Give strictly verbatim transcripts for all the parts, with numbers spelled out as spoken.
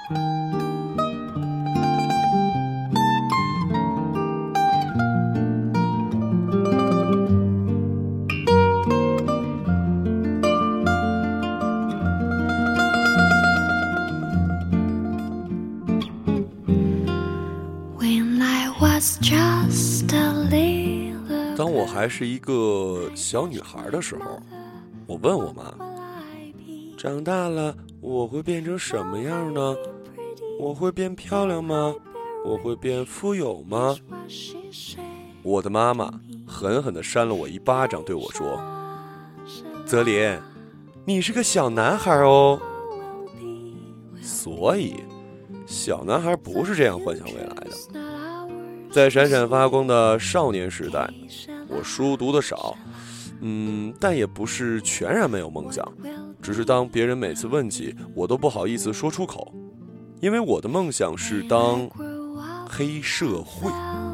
当我还是一个小女孩的时候，我问我妈，长大了我会变成什么样呢？我会变漂亮吗？我会变富有吗？我的妈妈狠狠地扇了我一巴掌，对我说，泽林，你是个小男孩哦。所以小男孩不是这样幻想未来的。在闪闪发光的少年时代，我书读得少，嗯，但也不是全然没有梦想，只是当别人每次问起，我都不好意思说出口，因为我的梦想是当黑社会。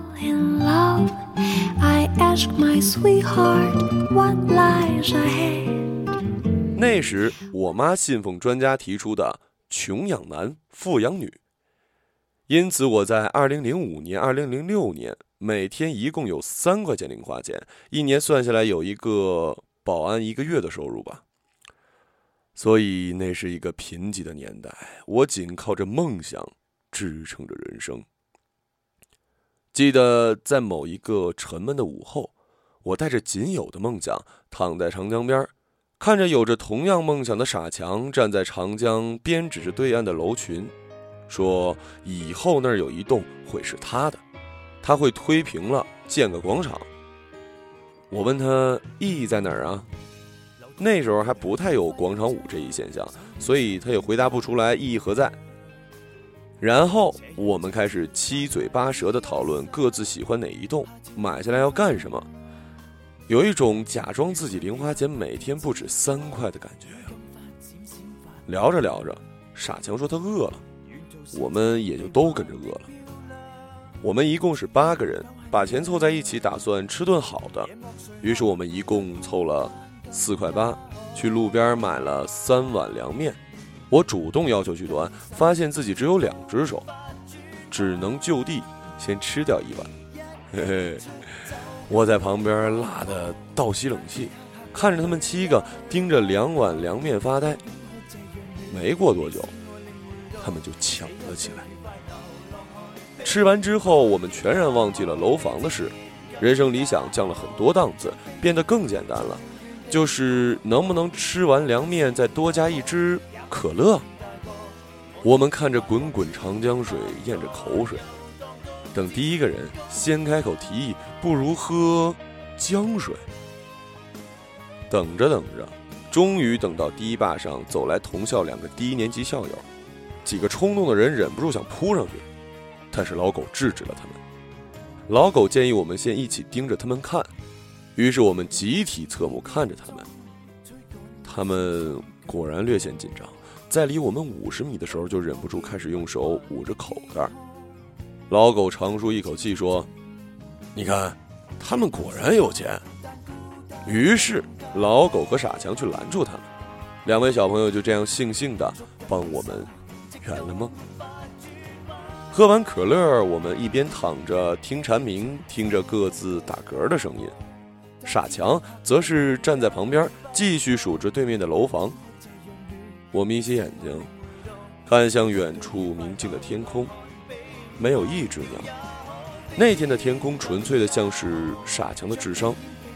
那时我妈信奉专家提出的穷养男富养女，因此我在二零零五年二零零六年每天一共有三块钱零花钱，一年算下来有一个保安一个月的收入吧。所以那是一个贫瘠的年代，我仅靠着梦想支撑着人生。记得在某一个沉闷的午后，我带着仅有的梦想躺在长江边，看着有着同样梦想的傻强站在长江边指着对岸的楼群，说以后那儿有一栋会是他的，他会推平了建个广场。我问他意义在哪儿啊？那时候还不太有广场舞这一现象，所以他也回答不出来意义何在。然后我们开始七嘴八舌地讨论各自喜欢哪一栋，买下来要干什么，有一种假装自己零花钱每天不止三块的感觉呀。聊着聊着，傻强说他饿了，我们也就都跟着饿了。我们一共是八个人，把钱凑在一起打算吃顿好的，于是我们一共凑了四块八，去路边买了三碗凉面。我主动要求去端，发现自己只有两只手，只能就地先吃掉一碗。嘿嘿，我在旁边辣得倒吸冷气，看着他们七个盯着两碗凉面发呆。没过多久，他们就抢了起来。吃完之后，我们全然忘记了楼房的事，人生理想降了很多档次，变得更简单了，就是能不能吃完凉面再多加一支可乐。我们看着滚滚长江水，咽着口水，等第一个人先开口提议，不如喝江水。等着等着，终于等到堤坝上走来同校两个低年级校友，几个冲动的人忍不住想扑上去，但是老狗制止了他们。老狗建议我们先一起盯着他们看，于是我们集体侧目看着他们。他们果然略显紧张，在离我们五十米的时候就忍不住开始用手捂着口袋。老狗长舒一口气说，你看他们果然有钱。于是老狗和傻强去拦住他们，两位小朋友就这样悻悻地帮我们圆了梦。喝完可乐，我们一边躺着听蝉鸣，听着各自打嗝的声音，傻强则是站在旁边继续数着对面的楼房。我眯起眼睛看向远处明净的天空，没有一只鸟。那天的天空纯粹的像是傻强的智商。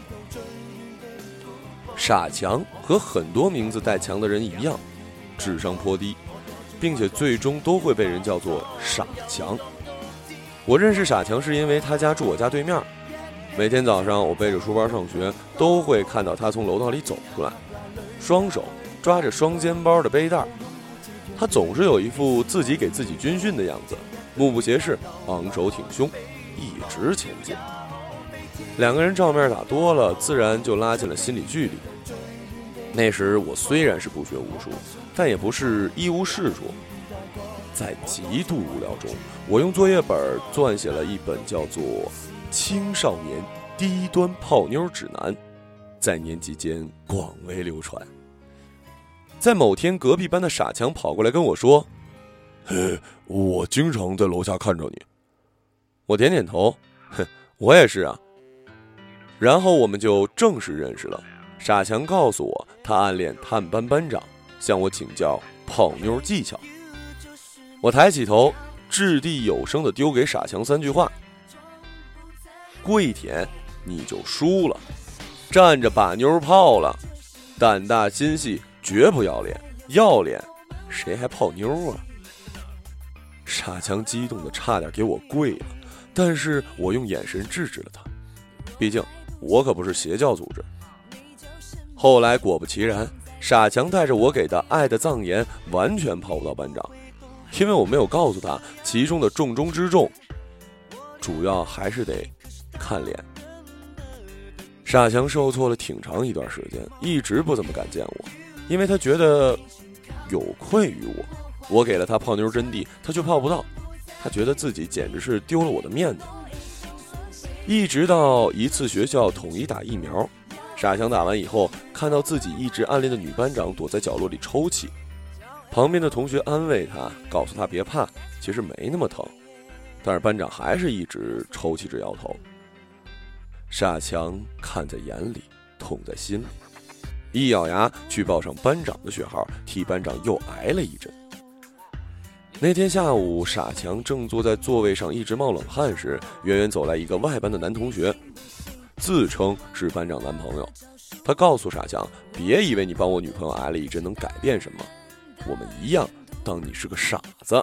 傻强和很多名字带强的人一样，智商颇低，并且最终都会被人叫做傻强。我认识傻强是因为他家住我家对面，每天早上我背着书包上学，都会看到他从楼道里走出来，双手抓着双肩包的背带，他总是有一副自己给自己军训的样子，目不斜视，昂首挺胸，一直前进。两个人照面打多了，自然就拉近了心理距离。那时我虽然是不学无术，但也不是一无是处。在极度无聊中，我用作业本撰写了一本叫做《青少年低端泡妞指南》，在年级间广为流传。在某天，隔壁班的傻强跑过来跟我说， 嘿，我经常在楼下看着你。我点点头，哼，我也是啊。然后我们就正式认识了。傻强告诉我，他暗恋探班班长，向我请教泡妞技巧。我抬起头，掷地有声地丢给傻强三句话：跪舔你就输了，站着把妞泡了，胆大心细绝不要脸，要脸谁还泡妞啊？傻强激动的差点给我跪了，但是我用眼神制止了他，毕竟我可不是邪教组织。后来果不其然，傻强带着我给的爱的藏言完全泡不到班长，因为我没有告诉他其中的重中之重，主要还是得看脸。傻强受挫了挺长一段时间，一直不怎么敢见我，因为他觉得有愧于我，我给了他泡妞真谛，他却泡不到，他觉得自己简直是丢了我的面子。一直到一次学校统一打疫苗，傻强打完以后，看到自己一直暗恋的女班长躲在角落里抽泣，旁边的同学安慰他，告诉他别怕，其实没那么疼，但是班长还是一直抽泣着摇头。傻强看在眼里，痛在心里，一咬牙去报上班长的学号，替班长又挨了一针。那天下午，傻强正坐在座位上一直冒冷汗时，远远走来一个外班的男同学，自称是班长男朋友。他告诉傻强，别以为你帮我女朋友挨了一针能改变什么，我们一样当你是个傻子。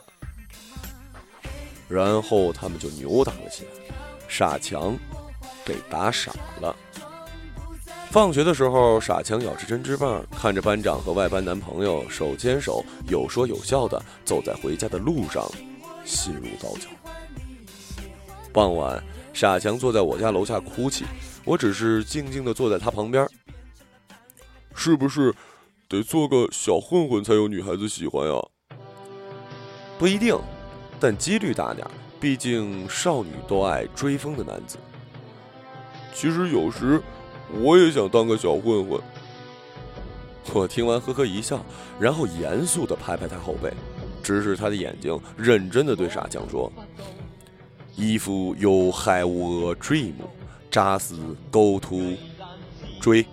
然后他们就扭打了起来，傻强被打傻了。放学的时候，傻强咬着针织棒，看着班长和外班男朋友手牵手有说有笑的走在回家的路上，心如刀绞。傍晚，傻强坐在我家楼下哭泣，我只是静静地坐在他旁边。是不是得做个小混混才有女孩子喜欢呀？不一定，但几率大点，毕竟少女都爱追风的男子。其实有时我也想当个小混混。我听完呵呵一笑，然后严肃地拍拍他后背，直视他的眼睛，认真地对傻强说： If you have a dream, just go to 追。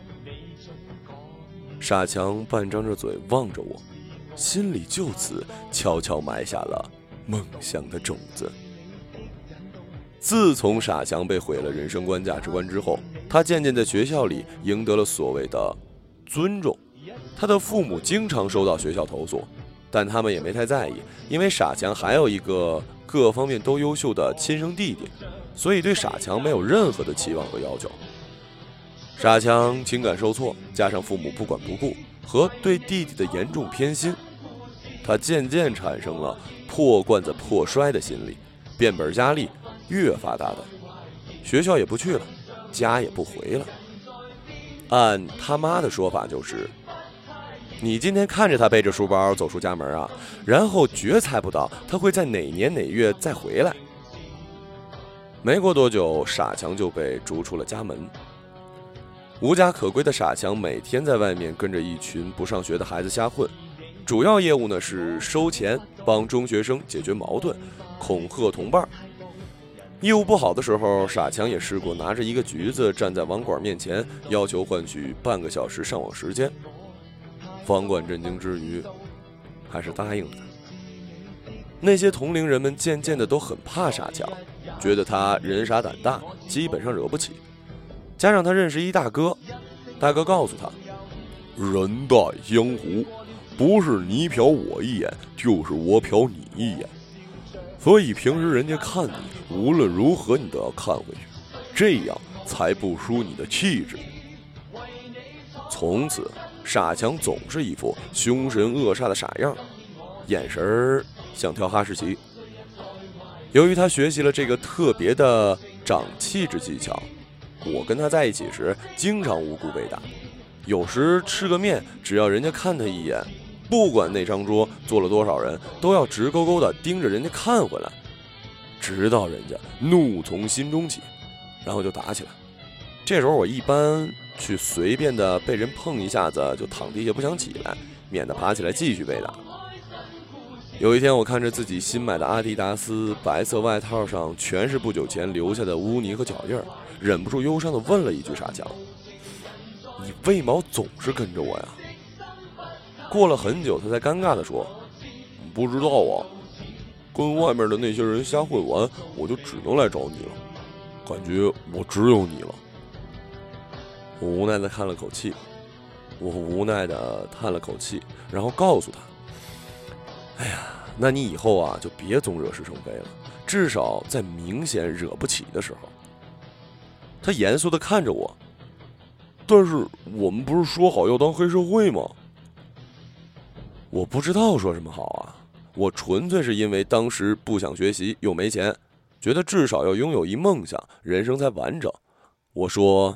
傻强半张着嘴望着我，心里就此悄悄埋下了梦想的种子。自从傻强被毁了人生观价值观之后，他渐渐在学校里赢得了所谓的尊重。他的父母经常收到学校投诉，但他们也没太在意，因为傻强还有一个各方面都优秀的亲生弟弟，所以对傻强没有任何的期望和要求。傻强情感受挫，加上父母不管不顾和对弟弟的严重偏心，他渐渐产生了破罐子破摔的心理，变本加厉，越发大胆，学校也不去了，家也不回了。按他妈的说法就是，你今天看着他背着书包走出家门啊，然后绝猜不到他会在哪年哪月再回来。没过多久，傻强就被逐出了家门。无家可归的傻强每天在外面跟着一群不上学的孩子瞎混，主要业务呢是收钱，帮中学生解决矛盾，恐吓同伴。业务不好的时候，傻强也试过拿着一个橘子站在网管面前，要求换取半个小时上网时间。网管震惊之余，还是答应了他。那些同龄人们渐渐的都很怕傻强，觉得他人傻胆大，基本上惹不起。加上他认识一大哥，大哥告诉他，人在江湖，不是你瞟我一眼，就是我瞟你一眼，所以平时人家看你，无论如何你都要看回去，这样才不输你的气质。从此傻强总是一副凶神恶煞的傻样，眼神像跳哈士奇。由于他学习了这个特别的长气质技巧，我跟他在一起时经常无故被打，有时吃个面，只要人家看他一眼，不管那张桌坐了多少人，都要直勾勾的盯着人家看回来，直到人家怒从心中起，然后就打起来。这时候我一般去随便的被人碰一下子就躺地下不想起来，免得爬起来继续被打。 有一天，我看着自己新买的阿迪达斯白色外套上全是不久前留下的污泥和脚印，忍不住忧伤地问了一句：“傻强，你为毛总是跟着我呀？”过了很久，他才尴尬地说：“不知道啊，跟外面的那些人瞎混完，我就只能来找你了，感觉我只有你了。”我无奈地叹了口气，我无奈地叹了口气，然后告诉他：“哎呀，那你以后啊，就别总惹是生非了，至少在明显惹不起的时候。”他严肃地看着我：“但是我们不是说好要当黑社会吗？”我不知道说什么好啊，我纯粹是因为当时不想学习又没钱，觉得至少要拥有一梦想，人生才完整。我说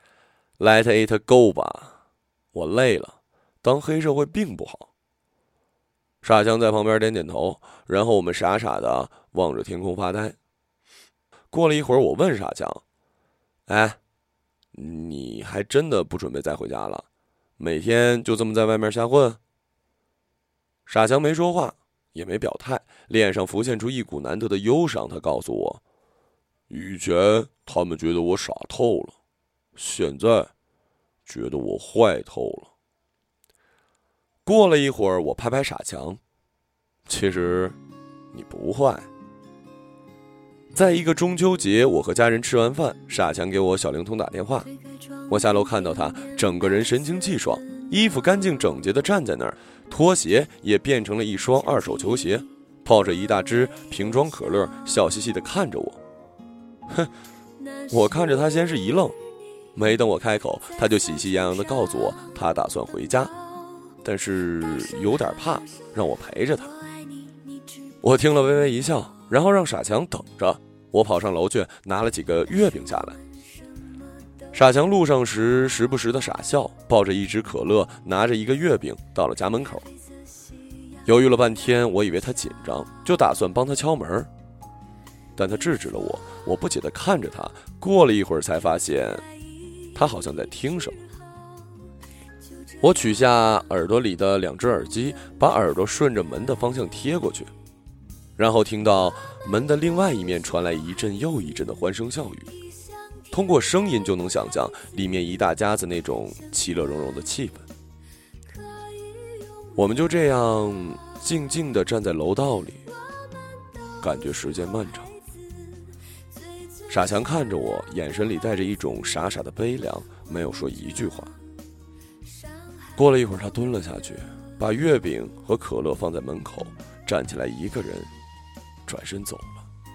Let it go 吧，我累了，当黑社会并不好。傻强在旁边点点头，然后我们傻傻的望着天空发呆。过了一会儿，我问傻强：“哎，你还真的不准备再回家了？每天就这么在外面瞎混？”傻强没说话，也没表态，脸上浮现出一股难得的忧伤。他告诉我：“以前他们觉得我傻透了，现在觉得我坏透了。”过了一会儿，我拍拍傻强：“其实你不坏。”在一个中秋节，我和家人吃完饭，傻强给我小灵通打电话。我下楼看到他，整个人神清气爽，衣服干净整洁地站在那儿，拖鞋也变成了一双二手球鞋，抱着一大只瓶装可乐，笑嘻嘻地看着我。哼，我看着他先是一愣，没等我开口，他就喜气洋洋地告诉我他打算回家，但是有点怕，让我陪着他。我听了微微一笑，然后让傻强等着。我跑上楼去拿了几个月饼下来。傻强路上时时不时的傻笑，抱着一只可乐，拿着一个月饼到了家门口。犹豫了半天，我以为他紧张，就打算帮他敲门，但他制止了我。我不解地看着他，过了一会儿才发现他好像在听什么。我取下耳朵里的两只耳机，把耳朵顺着门的方向贴过去，然后听到门的另外一面传来一阵又一阵的欢声笑语。通过声音就能想象里面一大家子那种其乐融融的气氛。我们就这样静静地站在楼道里，感觉时间漫长。傻强看着我，眼神里带着一种傻傻的悲凉，没有说一句话。过了一会儿，他蹲了下去，把月饼和可乐放在门口，站起来一个人转身走了。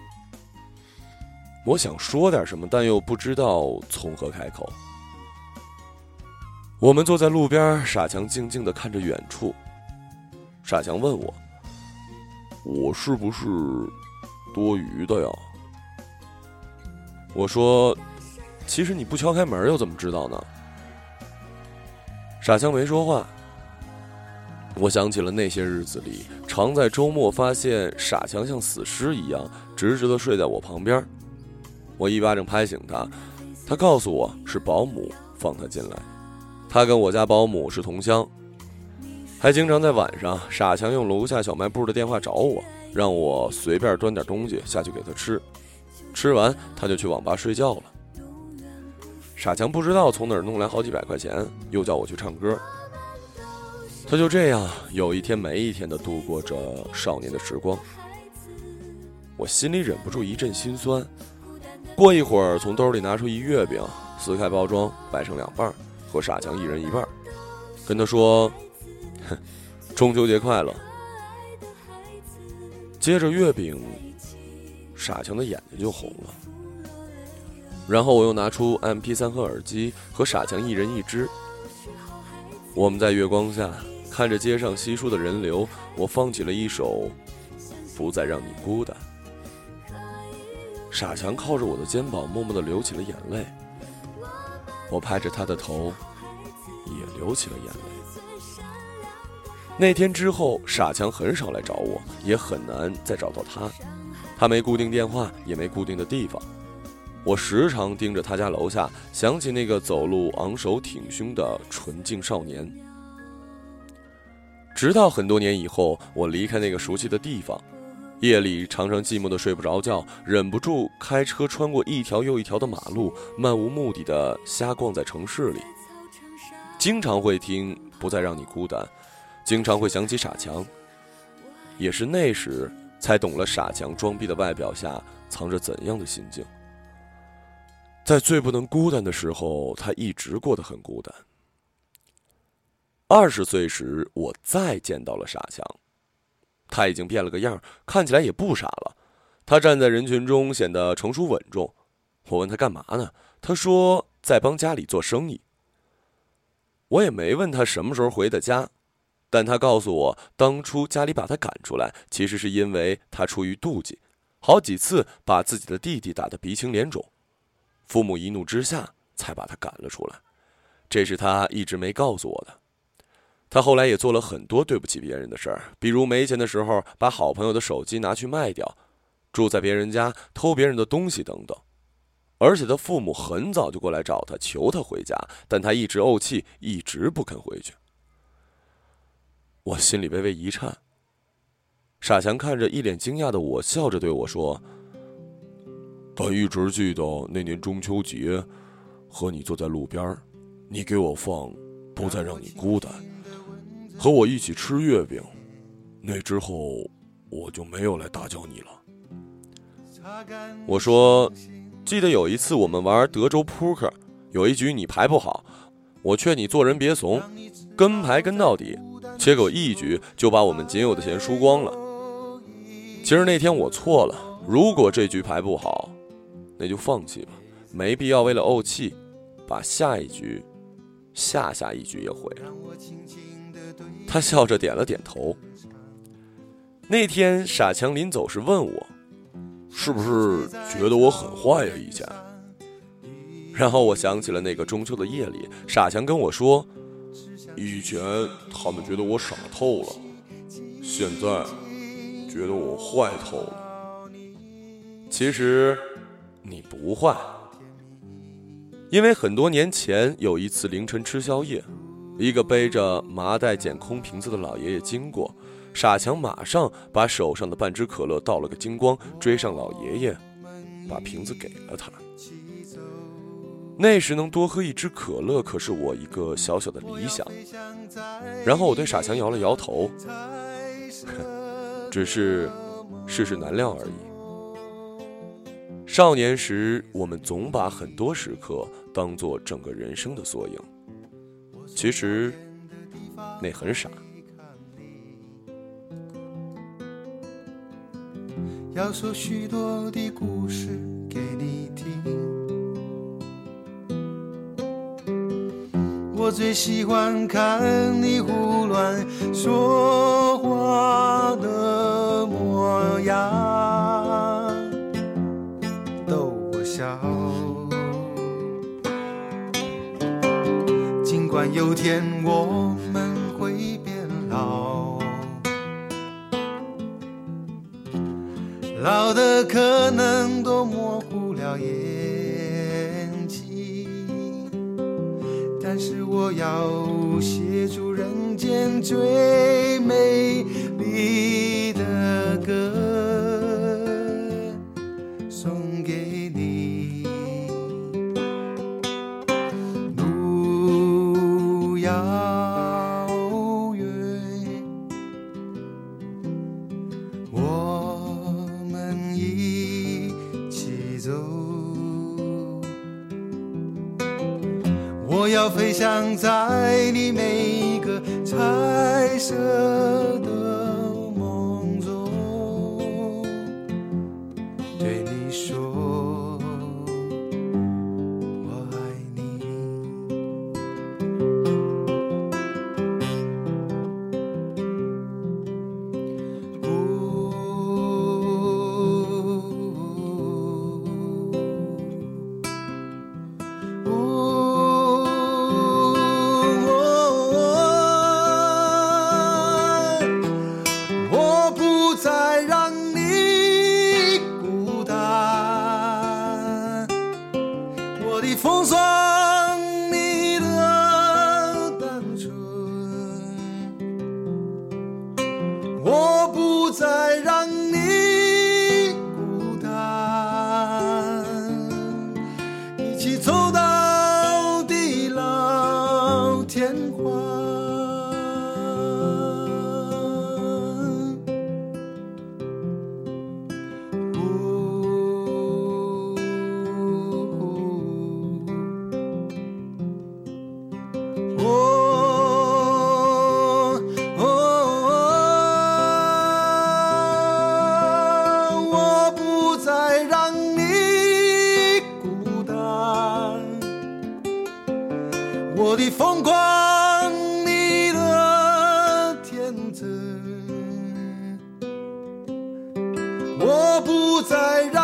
我想说点什么，但又不知道从何开口。我们坐在路边，傻强静静地看着远处。傻强问我：“我是不是多余的呀？”我说：“其实你不敲开门又怎么知道呢？”傻强没说话。我想起了那些日子里，常在周末发现傻强像死尸一样直直地睡在我旁边。我一巴掌拍醒他，他告诉我是保姆放他进来，他跟我家保姆是同乡，还经常在晚上傻强用楼下小卖部的电话找我，让我随便端点东西下去给他吃，吃完他就去网吧睡觉了。傻强不知道从哪儿弄来好几百块钱，又叫我去唱歌。他就这样有一天没一天地度过着少年的时光。我心里忍不住一阵心酸。过一会儿，从兜里拿出一月饼，撕开包装，掰成两半，和傻强一人一半，跟他说：“哼，中秋节快乐。”接着月饼，傻强的眼睛就红了。然后我又拿出 M P 三 和耳机，和傻强一人一只。我们在月光下看着街上稀疏的人流，我放起了一首《不再让你孤单》。傻强靠着我的肩膀，默默地流起了眼泪。我拍着他的头，也流起了眼泪。那天之后，傻强很少来找我，也很难再找到他。他没固定电话，也没固定的地方。我时常盯着他家楼下，想起那个走路昂首挺胸的纯净少年。 直到很多年以后，我离开那个熟悉的地方，夜里常常寂寞的睡不着觉，忍不住开车穿过一条又一条的马路，漫无目的的瞎逛在城市里。经常会听《不再让你孤单》，经常会想起傻强。也是那时才懂了傻强装逼的外表下藏着怎样的心境。在最不能孤单的时候，他一直过得很孤单。二十岁时，我再见到了傻强，他已经变了个样，看起来也不傻了。他站在人群中显得成熟稳重。我问他干嘛呢？他说在帮家里做生意。我也没问他什么时候回的家，但他告诉我，当初家里把他赶出来，其实是因为他出于妒忌，好几次把自己的弟弟打得鼻青脸肿，父母一怒之下才把他赶了出来。这是他一直没告诉我的。他后来也做了很多对不起别人的事儿，比如没钱的时候把好朋友的手机拿去卖掉，住在别人家偷别人的东西等等。而且他父母很早就过来找他，求他回家，但他一直怄气，一直不肯回去。我心里微微一颤。傻强看着一脸惊讶的我，笑着对我说：他一直记得那年中秋节和你坐在路边，你给我放不再让你孤单，和我一起吃月饼，那之后我就没有来打搅你了。我说，记得有一次我们玩德州扑克，有一局你牌不好，我劝你做人别怂，跟牌跟到底，结果一局就把我们仅有的钱输光了。其实那天我错了，如果这局牌不好，那就放弃吧，没必要为了怄气把下一局下下一局也毁了。他笑着点了点头。那天傻强临走时问我，是不是觉得我很坏呀以前？然后我想起了那个中秋的夜里，傻强跟我说，以前他们觉得我傻透了，现在觉得我坏透了。其实你不坏，因为很多年前有一次凌晨吃宵夜，一个背着麻袋捡空瓶子的老爷爷经过，傻强马上把手上的半支可乐倒了个精光，追上老爷爷，把瓶子给了他。那时能多喝一支可乐，可是我一个小小的理想。然后我对傻强摇了摇头，只是世事难料而已。少年时，我们总把很多时刻当作整个人生的缩影，其实那很傻。 要说许多的故事给你听，我最喜欢看你胡乱说话的模样，逗我笑。尽管有天我们会变老，老的可能都模糊了眼睛，但是我要写出人间最美丽的歌送给你。路遥远，我们一起走，我要飞翔在你每一个彩色的梦中，对你说我爱你。 我不再让